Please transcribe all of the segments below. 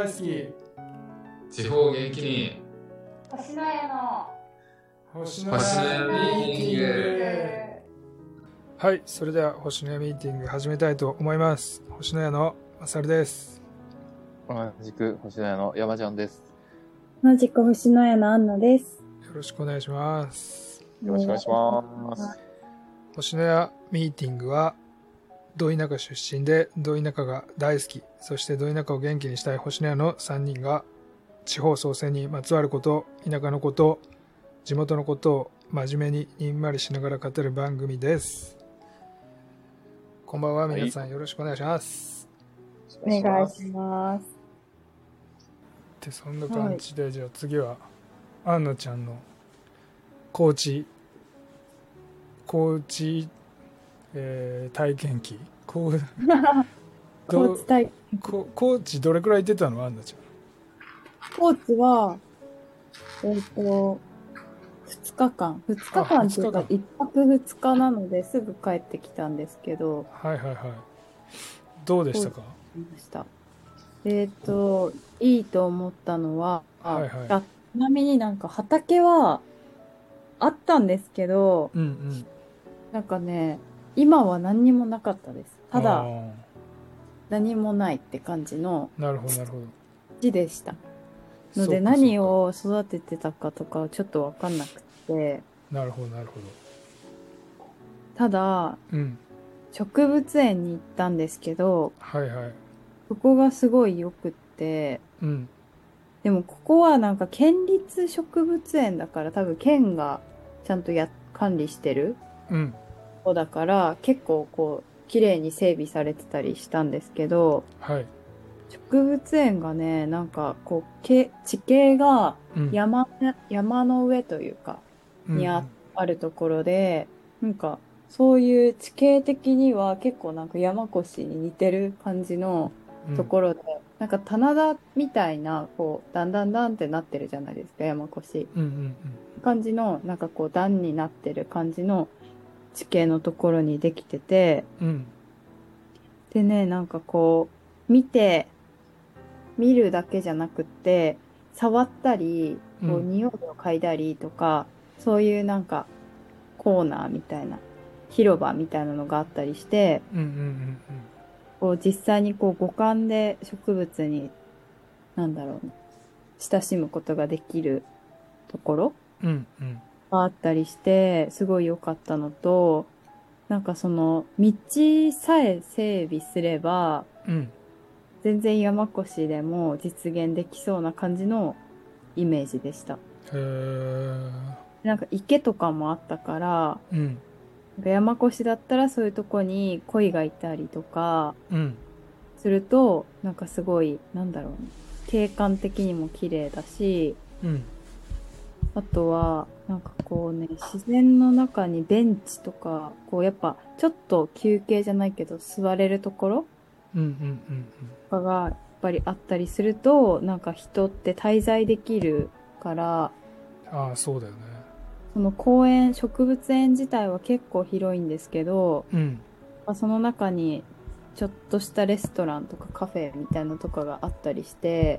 大好き。 地方元気に星のやの星のやミーティング。 はい、それでは星のやミーティング始めたいと思います。星のやのまさるです。 同じく星のやの山ちゃんです。 同じく星のやのアンナです。 よろしくお願いします。 よろしくお願いします。 星のやミーティングはど田舎出身でど田舎が大好き、そしてど田舎を元気にしたい星のやの3人が地方創生にまつわること、田舎のこと、地元のことを真面目ににんまりしながら語る番組です。こんばんは、皆さんよろしくお願いします。 お願いします。 で、そんな感じで、じゃあ次はアンナちゃんの高知、体験記高知どれくらい行ってたのアンナちゃん。 高知は2日間というか1泊2日なのですぐ帰ってきたんですけど、 はいはいはい、どうでしたか？ いいと思ったのは、 はいはい、 ちなみになんか畑はあったんですけど、 うんうん、 なんかね今は何にもなかったです。ただ何もないって感じの地でしたので、何を育ててたかとかちょっと分かんなくて。 なるほどなるほど。 ただ、うん、植物園に行ったんですけど、 はいはい、 そこがすごいよくって、 うん、 でもここはなんか県立植物園だから多分県がちゃんと管理してる、 うん、 だから結構こう綺麗に整備されてたりしたんですけど、 はい、 植物園がねなんかこう地形が山の上というかにあるところで、なんかそういう地形的には結構なんか山越しに似てる感じのところで、なんか棚田みたいなこうだんだんってなってるじゃないですか、山越し、感じのなんかこう段になってる感じの地形のところにできてて、でねなんかこう見るだけじゃなくって触ったりこう匂いを嗅いだりとか、そういうなんかコーナーみたいな広場みたいなのがあったりして、こう実際にこう五感で植物に親しむことができるところがあったりして、すごい良かったのと、なんかその道さえ整備すれば、全然山越しでも実現できそうな感じのイメージでした。なんか池とかもあったから、なんか山越しだったらそういうとこに鯉がいたりとかすると、なんかすごい景観的にも綺麗だし、あとはなんかこうね、自然の中にベンチとかこうやっぱちょっと休憩じゃないけど座れるところとかがやっぱりあったりすると、なんか人って滞在できるから。 ああ、そうだよね。 その植物園自体は結構広いんですけど、その中にちょっとしたレストランとかカフェみたいなとかがあったりして、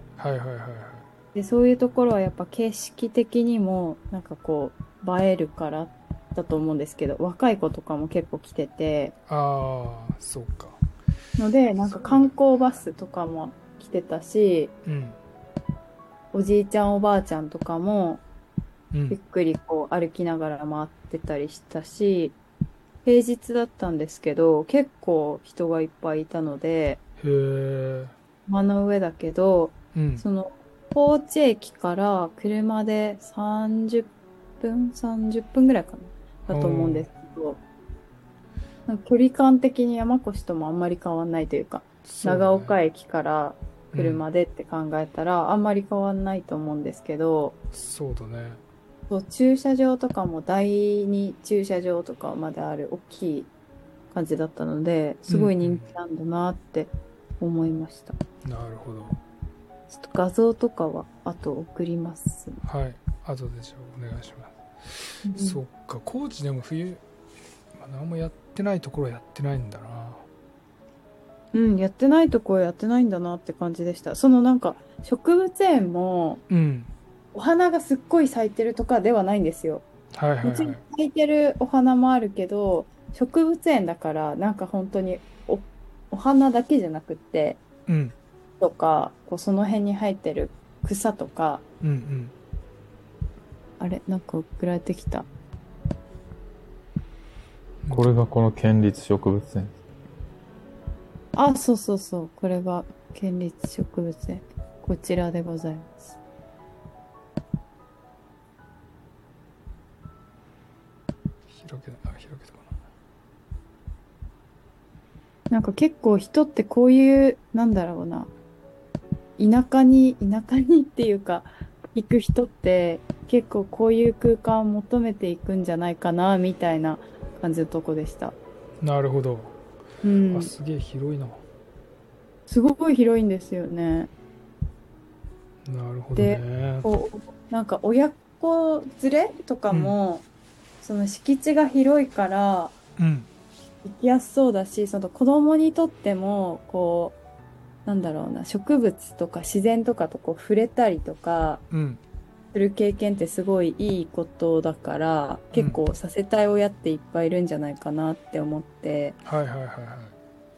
でそういうところはやっぱ景色的にもなんかこう映えるからだと思うんですけど、若い子とかも結構来てて、 そうか。 のでなんか観光バスとかも来てたし、おじいちゃんおばあちゃんとかもゆっくりこう歩きながら回ってたりしたし、平日だったんですけど結構人がいっぱいいたので、山の上だけど、その高知駅から車で30分ぐらいかなだと思うんですけど、なんか距離感的に山越しともあんまり変わんないというか、長岡駅から車でって考えたらあんまり変わんないと思うんですけど、 そうだね。 駐車場とかも第2駐車場とかまである大きい感じだったので、すごい人気なんだなって思いました。 なるほど。 ちょっと画像とかは後送ります。 はい、後でじゃあお願いします。そっか、高知でも冬、何もやってないところはやってないんだな。 うん、やってないとこはやってないんだなって感じでした。そのなんか植物園もうん。 お花がすっごい咲いてるとかではないんですよ。 はいはいもちろんはい。 咲いてるお花もあるけど、植物園だからなんか本当にお花だけじゃなくって、 うん。 とか、こうその辺に生えてる草とか、 うんうん。 あれ、なんか送られてきた。 これがこの県立植物園。 あ、そうそうそう。これが県立植物園。こちらでございます。 広げたかなんか結構人ってこういう、なんだろうな。田舎にっていうか、行く人って結構こういう空間を求めていくんじゃないかな、みたいな感じのとこでした。 な。なるほど。 うん。 すげえ広いな。 すごい広いんですよね。 なるほどで、 ね。 こう、なんか親子連れとかうん。 も、その敷地が広いからうん。 行きやすそうだし、その子供にとっても、こう、なんだろうな、植物とか自然とかとこう触れたりとかうん。 する経験ってすごいいいことだから、 うん。 結構させたい親っていっぱいいるんじゃないかなって思って、 はいはいはいはい。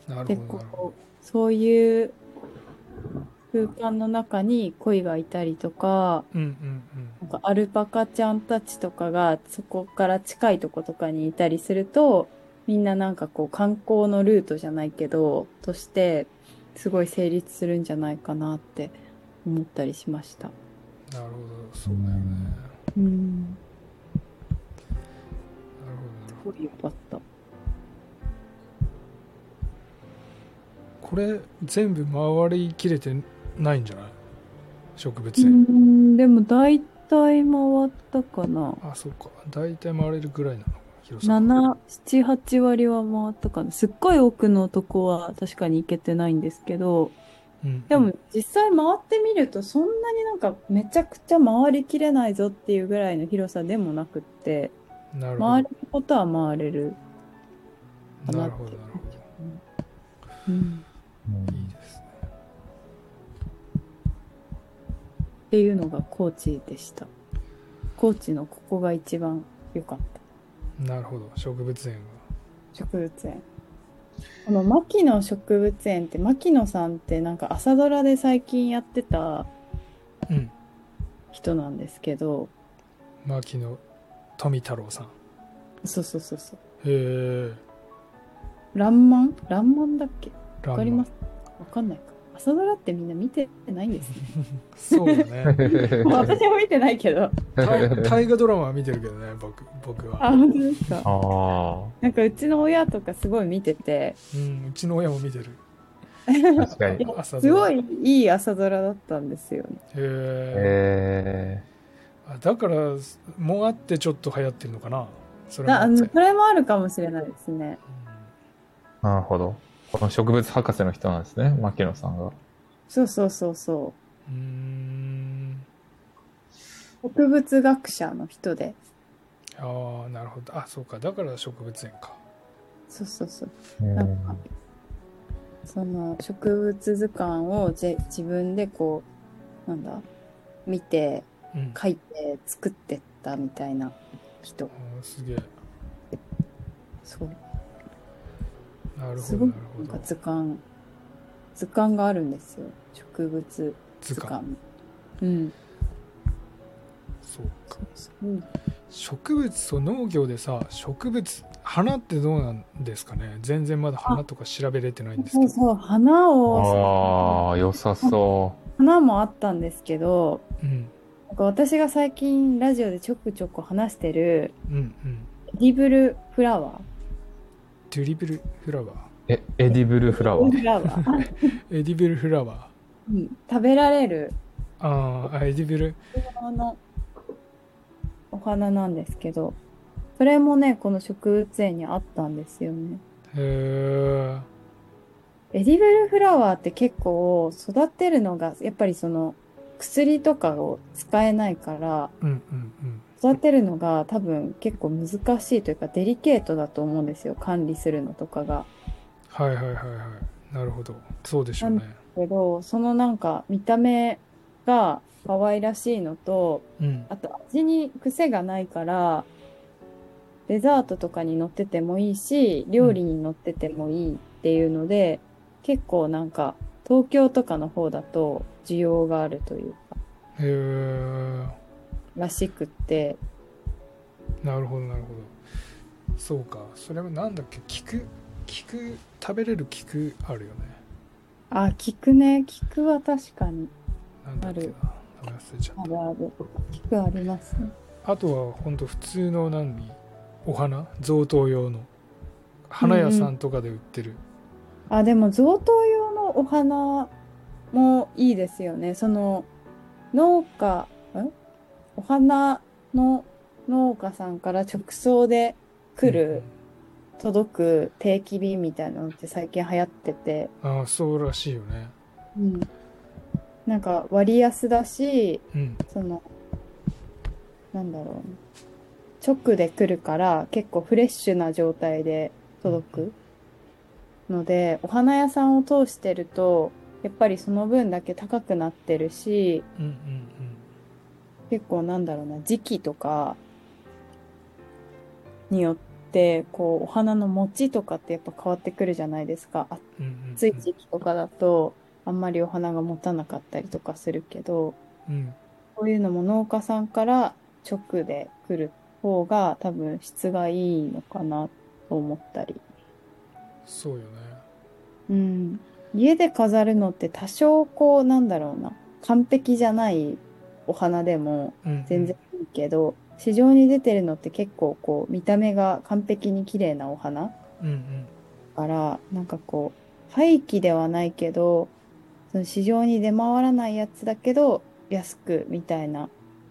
なるほで、 どなるほど。 こう、そういう空間の中に鯉がいたりとか、 うんうんなんかアルパカちゃんたちとかがそこから近いとことかにいたりすると、みんななんかこう観光のルートじゃないけど、としてすごい成立するんじゃないかなって思ったりしました。 なるほど。そうだよね。 うん。 なるすほどなるほど。 ごいよかった。 これ全部回りきれてないんじゃない？植う物園。 ん、でも大体回ったかな。 あ、そうか。大体回れるぐらいなの。広さが。 7、7、8割は回ったかな。すっごい奥のとこは確かに行けてないんですけど、 うんうん。 でも実際回ってみるとそんなになんかめちゃくちゃ回りきれないぞっていうぐらいの広さでもなくって、 なるほど。 回れることは回れるかななるほどってなるほど。 うん。 いいですね。 っていうのが高知でした。高知のここが一番良かった。 なるほど。植物園が。 植物園。この牧野植物園って牧野さんってなんか朝ドラで最近やってたうん。 人なんですけど、 牧野富太郎さん。 そうそうそうそう。 へえ。 らんまんだっけ？ ランマ。 わかります？わかんないか。朝ドラってみんな見てないんですね。 そうだね。 私も見てないけど。 大河ドラマは見てるけどね、僕は。 あ、本当ですか。 あなんかうちの親とかすごい見てて、 うん、うちの親も見てる。 あ、確かに。 す朝ドラ。 ごいいい朝ドラだったんですよね。 へえ。 えだから、もうあってちょっと流行ってるのかな。それもあって。 それもあるかもしれないですね。 なるほど。この植物博士の人なんですね、牧野さんが。 そうそうそうそうーん。 う。植物学者の人で。 ああ、なるほど。あ、そうか。だから植物園か。 そうそうそう。 うなんか、 ん。 その植物図鑑を自分でこう、なんだ、見て、 うん。 書いて作ってったみたいな人。 すげえ。 そう。 なるほど、 すごいなるほど。 なんか図鑑があるんですよ。植物図鑑。 図鑑。うん。 そうか。 うん。 植物、そう、農業でさ、植物、花ってどうなんですかね。全然まだ花あ、 とか調べれてないんですけど。 そうそう、 ああ、良さそ花もあったんですけど、 うん。 なんか私が最近ラジオでちょくちょく話してるうんうん。 エディブルフラワデュリブルフラワー。 う。エディブルフラワー。 フラワー、 エディブルフラワうん、食べられるー。エディブル。 あのお花なんですけど、それもね、この植物園にあったんですよね。 へえ。 エディブルフラワーって結構育てるのが、やっぱりその薬とかを使えないから、 うんうん育てるのが多分結構難しいというかデリケートだと思うんですよ。管理するのとかが。 はいはいはいはい。なるほど。そうでしょうね。 けど、そのなんか見た目が可愛らしいのと、 うん。 あと味に癖がないから、デザートとかに乗っててもいいし、料理に乗っててもいいっていうので、結構なんか東京とかの方だと需要があるというか、 へえ。 らしくって。 なるほどなるほど。そうか。それはなんだっけ、菊食べれる菊あるよね。 あ、菊ね。菊は確かになんだっけな。名前忘れちゃった。 あるある。菊ありますね。 あとはほんと普通のお花贈答用の花屋さんとかで売ってる、 あ、でも贈答用のお花もいいですよね。その農家、お花の農家さんから直送で来る、届く定期便みたいなのって最近流行ってて、 ああそうらしいよね。 うん、なんか割安だし、 うん。 その、なんだろうな、直で来るから結構フレッシュな状態で届くので、お花屋さんを通してると、やっぱりその分だけ高くなってるし、 うんうん結構なんだろうな、時期とかによって、こう、お花の持ちとかってやっぱ変わってくるじゃないですか。 うんうん暑い時期とかだと、あんまりお花が持たなかったりとかするけど、 うんこういうのも農家さんから直で来る方が多分質がいいのかなと思ったり。 そうよね。 うん。家で飾るのって多少こう、なんだろうな、完璧じゃないお花でもうん全然いいけど、市場に出てるのって結構こう、見た目が完璧に綺麗なお花うんうんから、なんかこう、廃棄ではないけど、その市場に出回らないやつだけど、安くみたいな、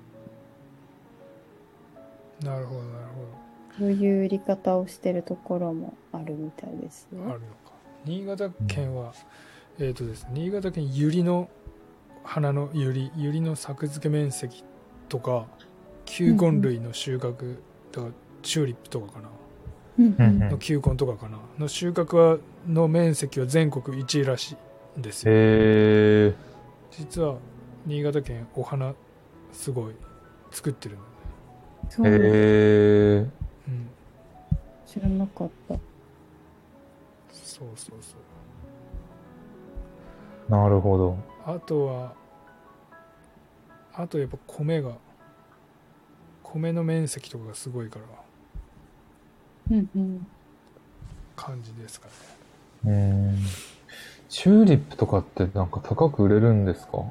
なるほどなるそういう売り方をしてるところもあるみたいですほど。あよ。 るのか。新潟県はですね、新潟県百合の花の百合の作付け面積とか球根類の収穫、だからチューリップとかかなうんうんの球根とかかなの収穫はの面積は全国1位らしいんですよ。 へえ。 実は新潟県お花すごい作ってるんだね。 そうなんだ、 へえ。 うん。 知らなかった。 そうそうそう。 なるほど。 あとやっぱ米の面積とかがすごいからうんうん。 感じですかね。 チューリップとかってなんか高く売れるんですか？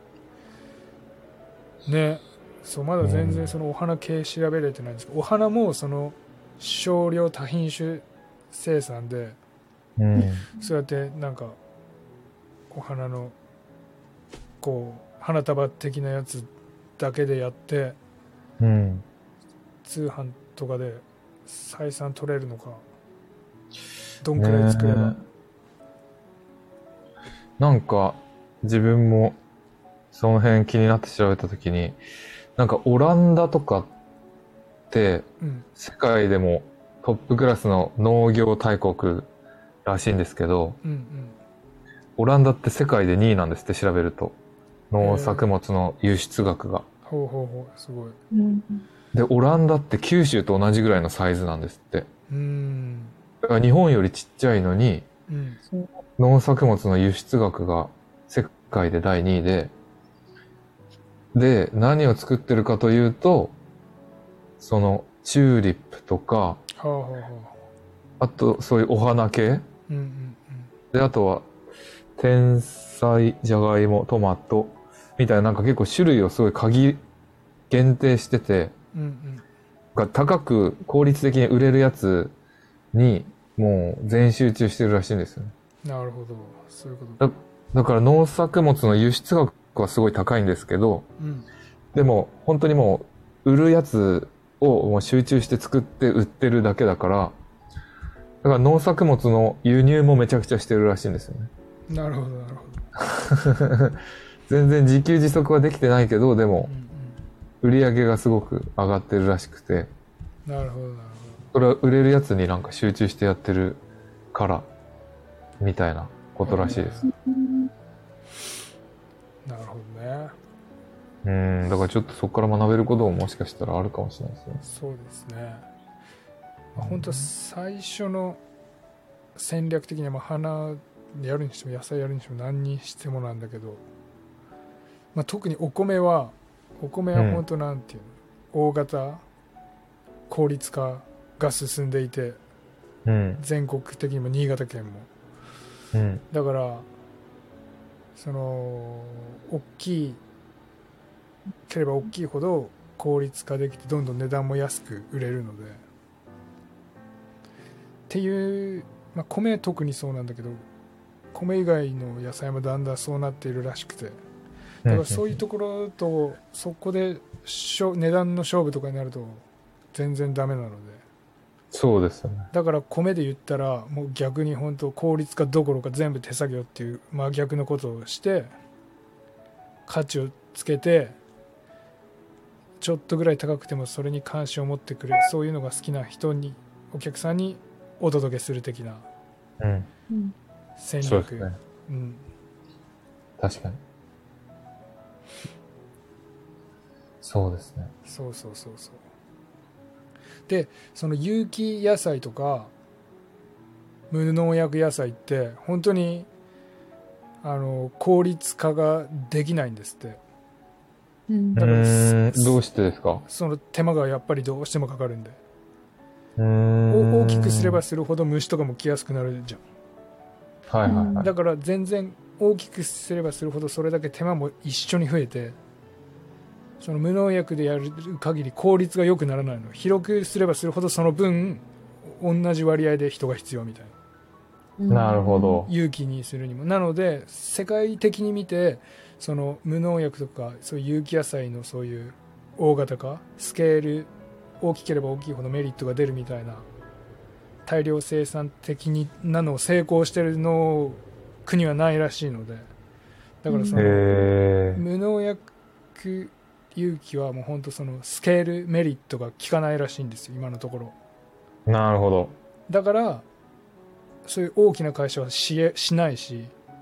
ね、そうまだ全然そのお花系調べれてないんですけど、お花もその少量多品種生産で、そうやってなんかお花のこう花束的なやつだけでやって、通販とかで採算取れるのか、どんくらい作れば、 なんか自分もその辺気になって調べたときに、なんかオランダとかって世界でもトップクラスの農業大国らしいんですけど、オランダって世界で2位なんですって調べると、農作物の輸出額が。 ほうほうほう、すごい。 で、オランダって九州と同じぐらいのサイズなんですって。だから日本よりちっちゃいのに、農作物の輸出額が世界で第2位で、何を作ってるかというと、そのチューリップとか、あとそういうお花系、で、あとは天才、じゃがいも、トマトみたいな、なんか結構種類をすごい限定してて、が高く効率的に売れるやつにもう全集中してるらしいんですよね。 なるほど、そういうことだから農作物の輸出額はすごい高いんですけど、でも本当にもう売るやつをもう集中して作って売ってるだけだから、だから農作物の輸入もめちゃくちゃしてるらしいんですよね。 なるほどなるほど。 全然自給自足はできてないけど、でも売り上げがすごく上がってるらしくて、 なるほどなるほど。 それは売れるやつになんか集中してやってるからみたいなことらしいです。 なるほどね。だからちょっとそこから学べることももしかしたらあるかもしれないですね。 そうですね。本当最初の戦略的には花やるにしても野菜やるにしても何にしてもなんだけど、特にお米は本当なんていうの、大型効率化が進んでいて、全国的にも新潟県も、だからその大きければ大きいほど効率化できてどんどん値段も安く売れるのでっていう、米は特にそうなんだけど、米以外の野菜もだんだんそうなっているらしくて、だからそういうところとそこで値段の勝負とかになると全然ダメなので、 そうですよね。 だから米で言ったらもう逆に本当効率化どころか全部手作業っていう真逆のことをして価値をつけて、ちょっとぐらい高くてもそれに関心を持ってくれる、そういうのが好きな人に、お客さんにお届けする的な戦略。 そうですね。確かにそうですね。 そうで、その有機野菜とか無農薬野菜って本当に効率化ができないんですって。 だからどうしてですか？ その手間がやっぱりどうしてもかかるんで、大きくすればするほど虫とかも来やすくなるじゃん。だから全然大きくすればするほどそれだけ手間も一緒に増えて、その無農薬でやる限り効率が良くならないの。広くすればするほどその分同じ割合で人が必要みたいな。 なるほど。 有機にするにも。なので世界的に見てその無農薬とかそういう有機野菜のそういう大型化、スケール大きければ大きいほどメリットが出るみたいな大量生産的なのを成功してるの国はないらしいので、だからその無農薬有機はもう本当そのスケールメリットが効かないらしいんですよ今のところ。 なるほど。 だからそういう大きな会社はしないし、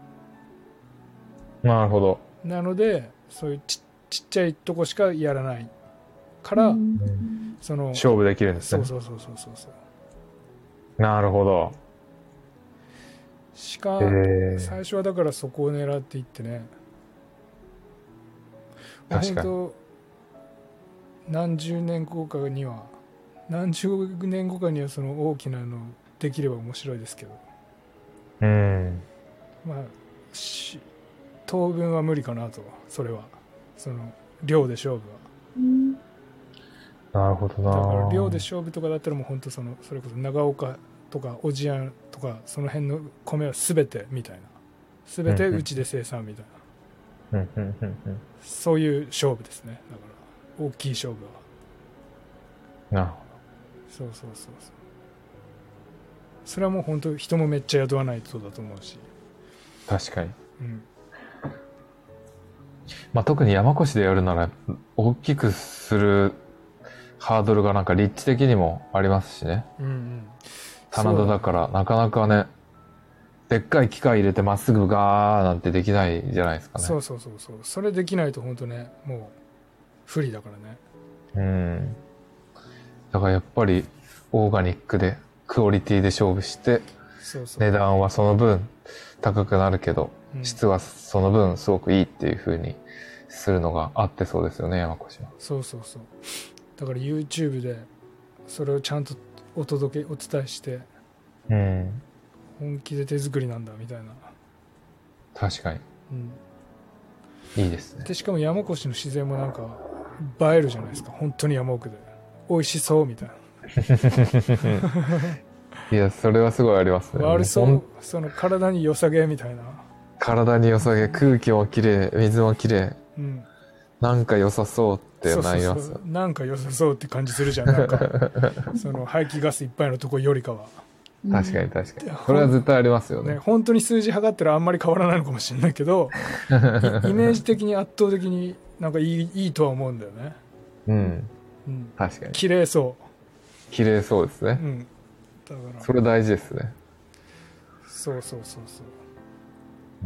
なるほど。 なのでそういうちっちゃいとこしかやらないから、その勝負できるんですね。 そう。 なるほど。 最初はだからそこを狙っていってね。 確かに。 何十年後かにはその大きなのできれば面白いですけど、当分は無理かなと。それはその量で勝負は。なるほどな。 だから量で勝負とかだったらもう本当それこそ長岡とか小千谷とかその辺の米は全てみたいな、全てうちで生産みたいな、そういう勝負ですね。だから大きい勝負は。 なるほど。そう。それはもう本当人もめっちゃ雇わないとだと思うし。 確かに。特に山越でやるなら大きくするハードルがなんか立地的にもありますしね。棚田だからなかなかね、でっかい機械入れてまっすぐガーなんてできないじゃないですかね。 そう。それできないと本当ね、もう不利だからね。 だからやっぱりオーガニックでクオリティで勝負して、値段はその分高くなるけど、質はその分すごくいいっていう風にするのがあってそうですよね、山越は。 そう。だから YouTube でそれをちゃんとお伝えして、本気で手作りなんだみたいな。 確かに。いいですね。 でしかも山越の自然もなんか映えるじゃないですか。本当に山奥で美味しそうみたいな。 いや、それはすごいありますね。 悪そう、その体に良さげみたいな。 体に良さげ、空気もきれい、水もきれい、なんか良さそうってなります。 なんか良さそうって感じするじゃん。なんかその排気ガスいっぱいのとこよりかは。 確かに。それは絶対ありますよね。 本当に数字測ったらあんまり変わらないのかもしれないけどイメージ的に圧倒的になんかいいとは思うんだよね。 確かに。 綺麗そうですね。だからそれ大事ですね。 そうそうそうそう、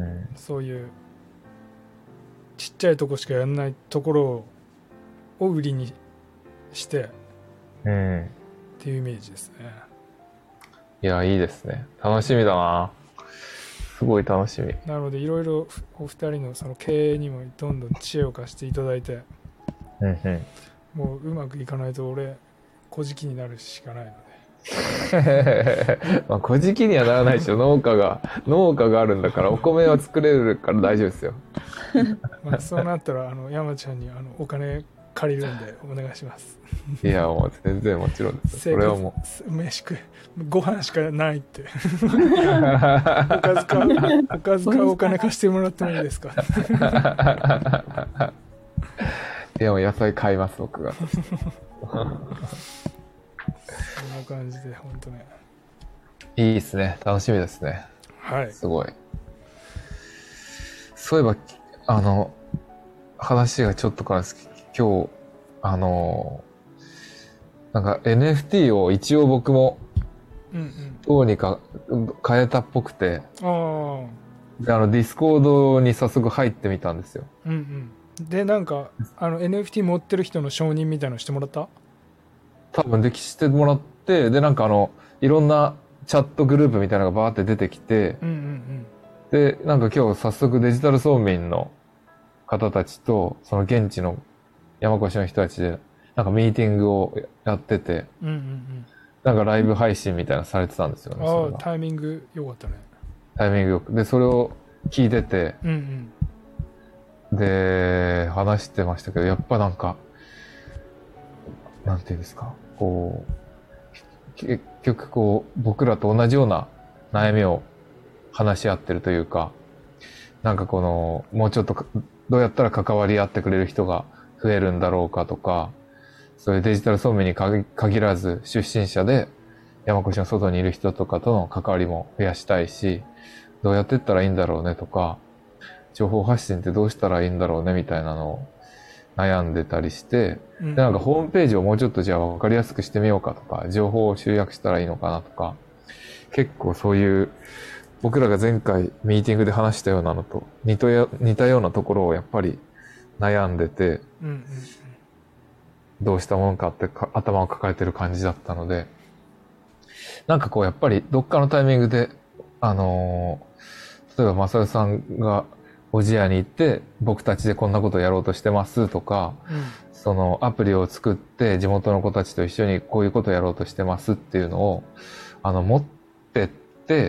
そういうちっちゃいとこしかやんないところを売りにして、っていうイメージですね。 いや、いいですね。楽しみだな。すごい楽しみ。 なのでいろいろお二人のその経営にもどんどん知恵を貸していただいて、もううまくいかないと俺小じきになるしかないので。 まあ小じきにはならないでしょ。農家があるんだからお米は作れるから大丈夫ですよ。 まあそうなったら山ちゃんにお金借りるんでお願いします。 いや、もう全然もちろんです。それはもう飯食ご飯しかないっておかずかお金貸してもらってもいいですか。 いや、もう野菜買います僕が。 そんな感じで本当ね。 いいですね。楽しみですね。 はい。 すごい。そういえば話がちょっとからですけど、今日なんか NFT を一応僕もどうにか変えたっぽくて、でディスコードに早速入ってみたんですよ。 でなんかNFT 持ってる人の承認みたいなのしてもらった？ 多分してもらって、でなんかいろんなチャットグループみたいなのがバーって出てきて、でなんか今日早速デジタル村民の方たちとその現地の山越の人たちでなんかミーティングをやってて、なんかライブ配信みたいなのされてたんですよね。 タイミング良かったね。 タイミングよく。で、それを聞いてて、で、話してましたけど、やっぱなんか、なんていうんですか、こう、結局こう、僕らと同じような悩みを話し合ってるというか、なんかもうちょっとどうやったら関わり合ってくれる人が増えるんだろうかとか、そういうデジタル村民に限らず出身者で山越の外にいる人とかとの関わりも増やしたいし、どうやっていったらいいんだろうねとか、情報発信ってどうしたらいいんだろうねみたいなのを悩んでたりして、でなんかホームページをもうちょっとじゃあ分かりやすくしてみようかとか、情報を集約したらいいのかなとか、結構そういう僕らが前回ミーティングで話したようなのと似たようなところをやっぱり悩んでて、どうしたもんかって頭を抱えてる感じだったので、なんかこうやっぱりどっかのタイミングで例えばマサルさんがおじやに行って僕たちでこんなことをやろうとしてますとか、そのアプリを作って地元の子たちと一緒にこういうことをやろうとしてますっていうのを持ってって、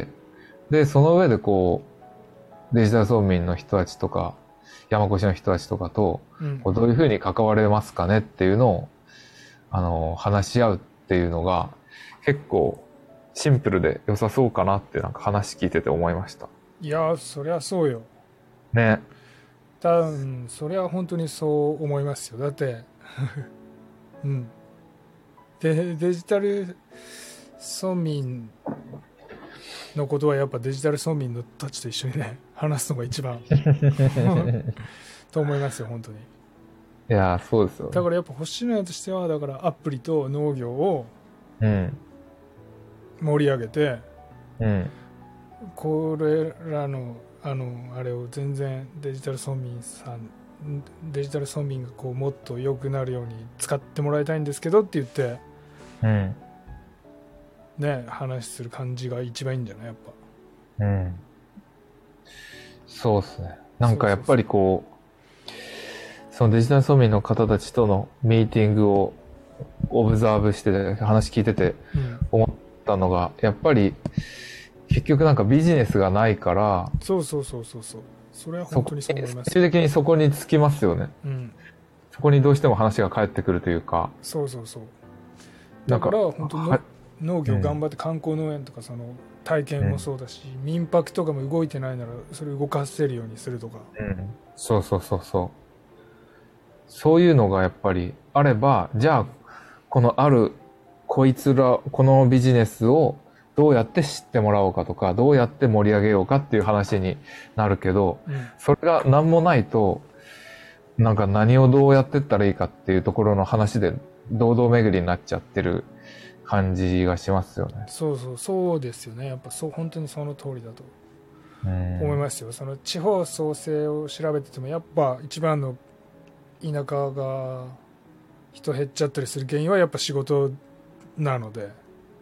でその上でこうデジタル村民の人たちとか山越の人たちとかとどういうふうに関われますかねっていうのを話し合うっていうのが結構シンプルで良さそうかなってなんか話聞いてて思いました。 いやそりゃそうよね。 多分それは本当にそう思いますよ。だってでデジタル村民のことはやっぱデジタル村民のたちと一緒にね話すのが一番と思いますよ本当に。 いやそうですよ、ね、 だからやっぱ星野屋としてはだからアプリと農業を盛り上げて、これらのあれを全然デジタル村民がこうもっと良くなるように使ってもらいたいんですけどって言って、ね話する感じが一番いいんじゃないやっぱ。 そうですね。なんかやっぱりこうそのデジタル村民の方たちとのミーティングをオブザーブして話聞いてて思ったのが、やっぱり結局なんかビジネスがないから、 そうそれは本当にそう思います。 最終的にそこにつきますよね、そこにどうしても話が返ってくるというか。 そうだから本当に農業頑張って観光農園とかその体験もそうだし、民泊とかも動いてないならそれ動かせるようにするとか、 そういうのがやっぱりあれば、じゃあこのこのビジネスをどうやって知ってもらおうかとか、どうやって盛り上げようかっていう話になるけど、それが何もないと、なんか何をどうやってったらいいかっていうところの話で堂々巡りになっちゃってる感じがしますよね。 そうですよね。やっぱ本当にその通りだと思いますよ。その地方創生を調べてても、やっぱ一番の田舎が人減っちゃったりする原因はやっぱ仕事なので、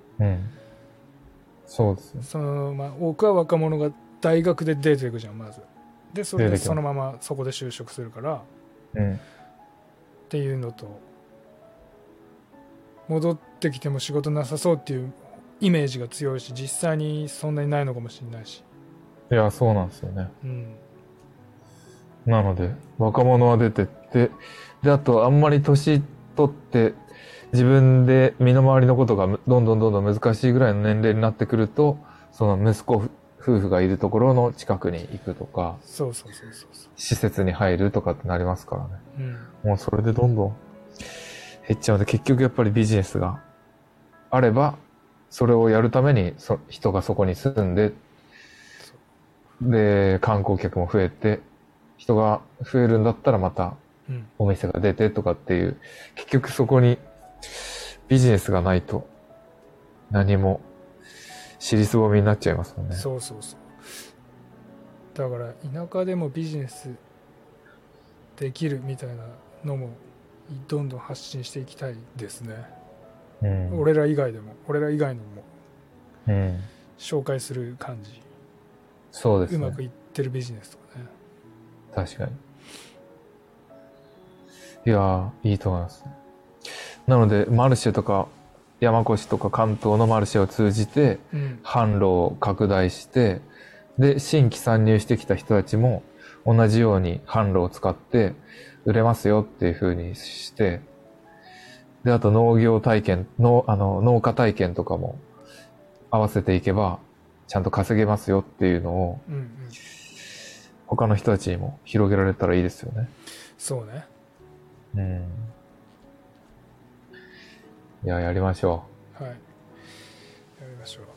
そうですね。 多くは若者が大学で出ていくじゃん、まず。でそれでそのままそこで就職するから、っていうのと、戻ってきても仕事なさそうっていうイメージが強いし、実際にそんなにないのかもしれないし。 いや、そうなんですよね。なので若者は出てって、であとあんまり年取って自分で身の回りのことがどんどん難しいぐらいの年齢になってくると、その息子夫婦がいるところの近くに行くとか、施設に入るとかってなりますからね。もうそれでどんどん減っちゃうので、結局やっぱりビジネスがあれば、それをやるために人がそこに住んで、で観光客も増えて、人が増えるんだったらまたお店が出てとかっていう、結局そこにビジネスがないと何も尻すぼみになっちゃいますもんね。 だから田舎でもビジネスできるみたいなのもどんどん発信していきたいですね。俺ら以外のも、紹介する感じ。 そうですね。 うまくいってるビジネスとかね。 確かに。いやー、いいと思います。なのでマルシェとか山越とか関東のマルシェを通じて販路を拡大して、で新規参入してきた人たちも同じように販路を使って売れますよっていう風にして、であと農業体験の農家体験とかも合わせていけばちゃんと稼げますよっていうのを、他の人たちにも広げられたらいいですよね。 そうね。 いや、やりましょう。はい。やりましょう。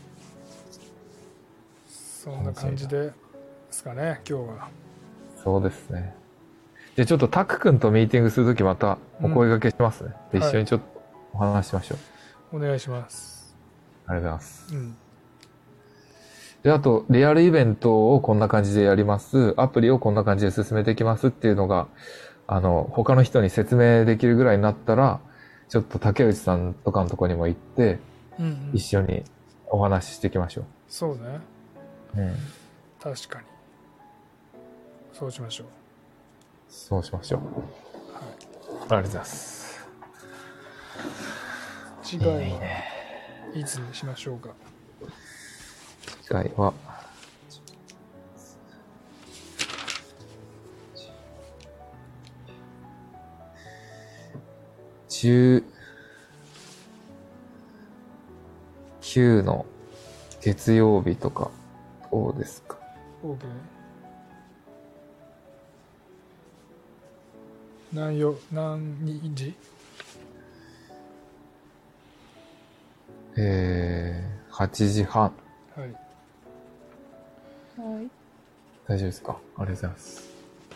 そんな感じですかね、今日は。 そうですね。じゃあちょっとタク君とミーティングするときまたお声掛けしますね。で、一緒にちょっとお話ししましょう。お願いします。 ありがとうございます。で、あと、リアルイベントをこんな感じでやります。アプリをこんな感じで進めていきますっていうのが、他の人に説明できるぐらいになったら、ちょっと竹内さんとかのとこにも行って、一緒にお話ししていきましょう。 そうね。確かに。そうしましょう。 そうしましょう。はい。ありがとうございます。 次回はいつにしましょうか。 次回は、19の月曜日とかどうですか。 OK。 何時 ？8時半。 はい。 大丈夫ですか？ありがとうございます。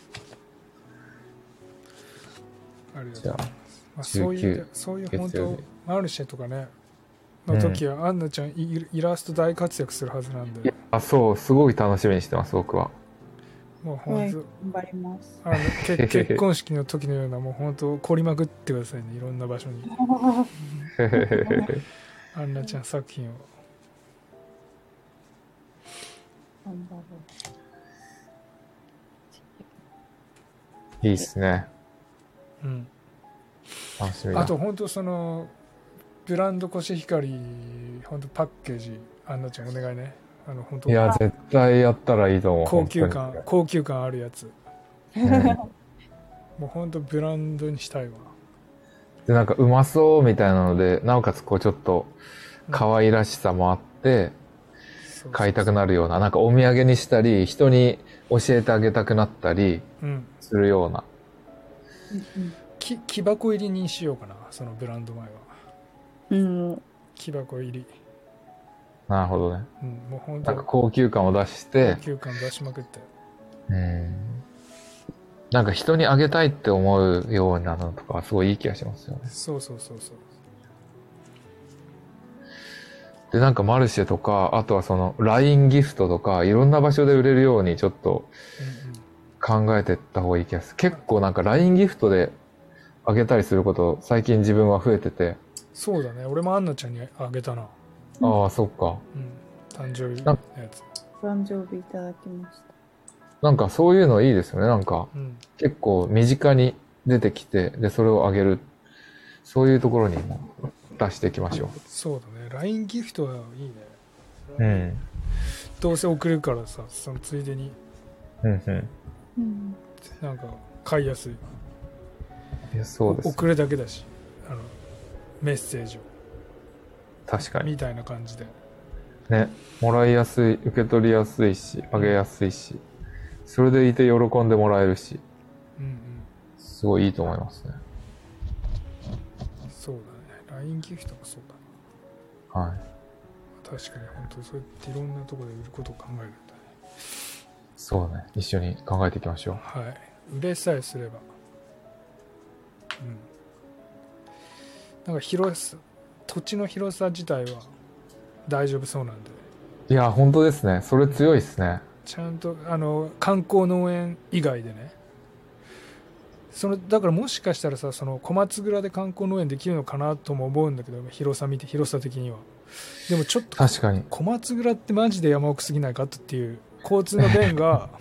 ありがとうございます。そういう本当マルシェとかねの時は、アンナちゃんイラスト大活躍するはずなんで。 そう、すごい楽しみにしてます、僕は。 もう本当、頑張ります。 結婚式の時のような、もう本当凝りまくってくださいね、いろんな場所に。アンナちゃん作品を。 頑張ろう。いいっすね。 楽しみだ。あと本当そのブランドコシヒカリ本当パッケージ、アンナちゃんお願いね。本当。 いや絶対やったらいいと思う。 高級感あるやつ。もう本当ブランドにしたいわ。 でなんかうまそうみたいなので、なおかつこうちょっと可愛らしさもあって、買いたくなるような、なんかお土産にしたり人に教えてあげたくなったりするような。 木箱入りにしようかな、そのブランド前は。木箱入り。 なるほどね。 もう本当なんか高級感を出して。 高級感出しまくって。 なんか人にあげたいって思うようなのとかすごいいい気がしますよね。 そう。 で、なんかマルシェとか、あとはその LINE ギフトとか、いろんな場所で売れるようにちょっと考えていった方がいい気がする。結構なんか LINE ギフトであげたりすること最近自分は増えてて。 そうだね。俺もアンナちゃんにあげたな。 ああ、そっか。 誕生日のやつ。 誕生日いただきました。 なんかそういうのいいですよね。なんか、結構身近に出てきて、で、それをあげる。そういうところにも出していきましょう。 そうだね。LINE ギフトはいいね。 うん。 どうせ送るからさ、そのついでに。なんか、買いやすい。 いや、そうです。 送るだけだし、メッセージを。 確かに。 みたいな感じで。 ね。もらいやすい、受け取りやすいし、あげやすいし、それでいて喜んでもらえるし、すごいいいと思いますね。 そうだね。LINE ギフトもそうだな。はい。確かに本当そうやっていろんなところで売ることを考えるんだね。 そうね。一緒に考えていきましょう。 はい。売れさえすれば。なんか土地の広さ自体は大丈夫そうなんで。 いや、本当ですね。それ強いですね。 ちゃんと、観光農園以外でね。だからもしかしたらさ、小松蔵で観光農園できるのかなとも思うんだけど、広さ的には。でもちょっと、 確かに。 小松蔵ってマジで山奥すぎないかっていう、交通の便が、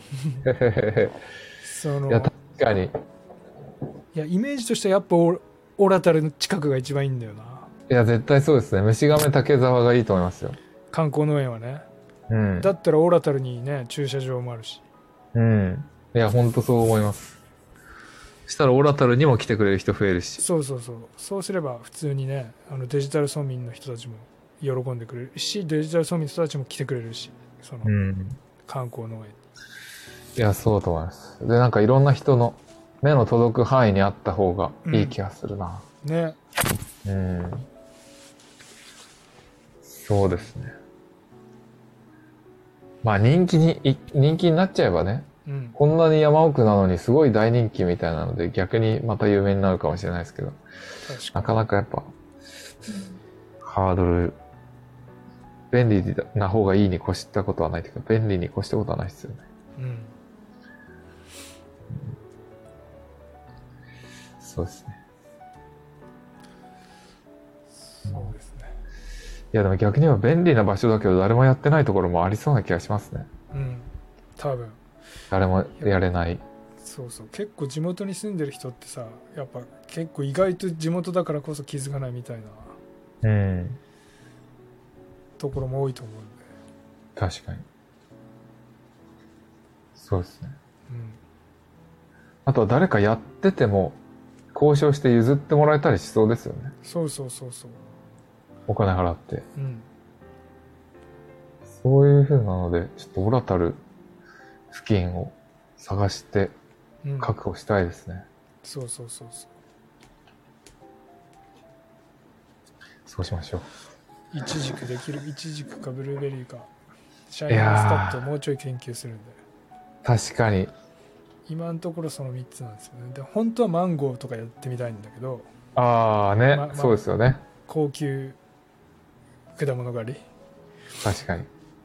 いや、確かに。 いや、イメージとしてはやっぱオラタルの近くが一番いいんだよな。 いや、絶対そうですね。虫亀竹沢がいいと思いますよ。 観光農園はね。だったらオラタルにね、駐車場もあるし。 いや、ほんとそう思います。したらオラタルにも来てくれる人増えるし。 そうすれば普通にね、デジタル村民の人たちも喜んでくれるし、デジタル村民の人たちも来てくれるし、観光農園。 いや、そうと思います。で、なんかいろんな人の目の届く範囲にあった方がいい気がするな。 ね。 そうですね。まあ人気になっちゃえばね、こんなに山奥なのにすごい大人気みたいなので逆にまた有名になるかもしれないですけど、なかなかやっぱ、ハードル、便利な方がいいに越したことはないというか、便利に越したことはないですよね。そうですね。 そうですね。 いやでも逆に言えば便利な場所だけど誰もやってないところもありそうな気がしますね。 多分。 誰もやれない。 そう結構地元に住んでる人ってさ、やっぱ結構意外と地元だからこそ気づかないみたいなところも多いと思うんで。 確かにそうですね。あとは誰かやってても交渉して譲ってもらえたりしそうですよね。 そうお金払って、そういう風なのでちょっとオラタル付近を探して確保したいですね。 そうしましょう。 イチジクかブルーベリーかシャインマスカットもうちょい研究するんで。 確かに今のところその3つなんですよね。で本当はマンゴーとかやってみたいんだけど、 そうですよね。 高級果物狩り。 確かに。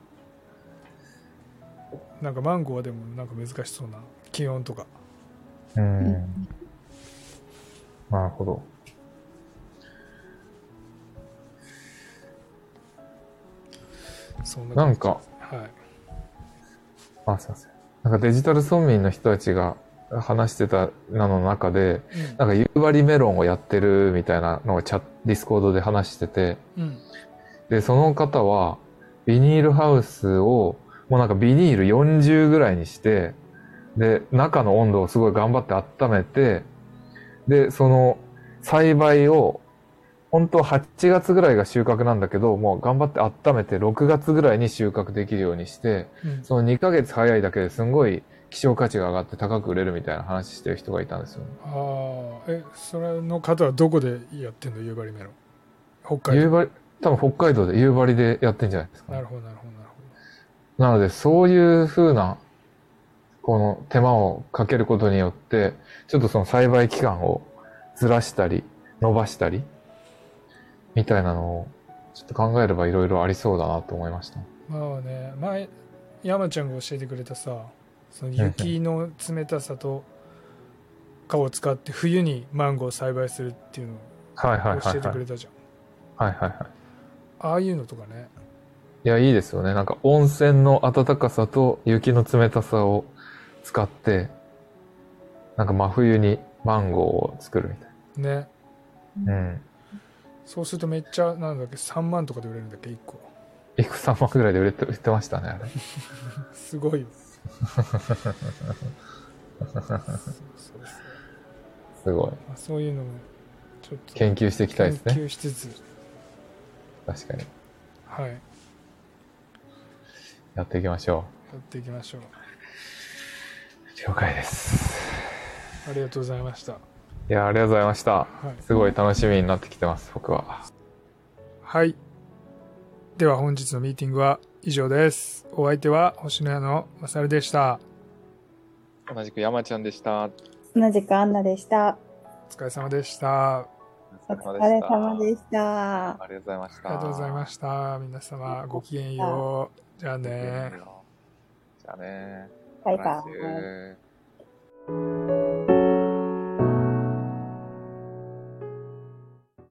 なんかマンゴーはでもなんか難しそうな気温とか。 なるほど。なんか、すいません。なんかデジタル村民の人たちが話してたの中で、なんか夕張メロンをやってるみたいなのをディスコードで話してて、で、その方はビニールハウスをもうなんかビニール40ぐらいにして、で、中の温度をすごい頑張って温めて、で、その栽培を本当は8月ぐらいが収穫なんだけど、もう頑張って温めて6月ぐらいに収穫できるようにして、その2ヶ月早いだけですんごい希少価値が上がって高く売れるみたいな話してる人がいたんですよね。 それの方はどこでやってんの？夕張メロン。北海道。 多分北海道で夕張でやってんじゃないですか、ね。 なるほど。 なので、そういう風な、この手間をかけることによって、ちょっとその栽培期間をずらしたり、伸ばしたり、みたいなのをちょっと考えればいろいろありそうだなと思いました。 まあね、前、山ちゃんが教えてくれたさ、その雪の冷たさとかを使って冬にマンゴーを栽培するっていうのを教えてくれたじゃん。 はいはいはい。 ああいうのとかね。 いや、いいですよね。なんか温泉の暖かさと雪の冷たさを使って、なんか真冬にマンゴーを作るみたいな。ね。 うん。 そうするとめっちゃ、なんだっけ、3万とかで売れるんだっけ、1個。 1個3万ぐらいで売ってましたね、あれ。 すごいよ。 すごい。 そういうのも、ちょっと。 研究していきたいですね。 研究しつつ。 確かに。 はい。 やっていきましょう。やっていきましょう。 了解です。 ありがとうございました。 いや、ありがとうございました。はい、すごい楽しみになってきてます、僕は。 はい。では本日のミーティングは以上です。お相手は星の屋のまさるでした。 同じく山ちゃんでした。 同じくアンナでした。 お疲れ様でした。 お疲れ様でした。 ありがとうございました。 ありがとうございました。皆様ごきげんよう。じゃあね。 じゃあね。 バイバイ。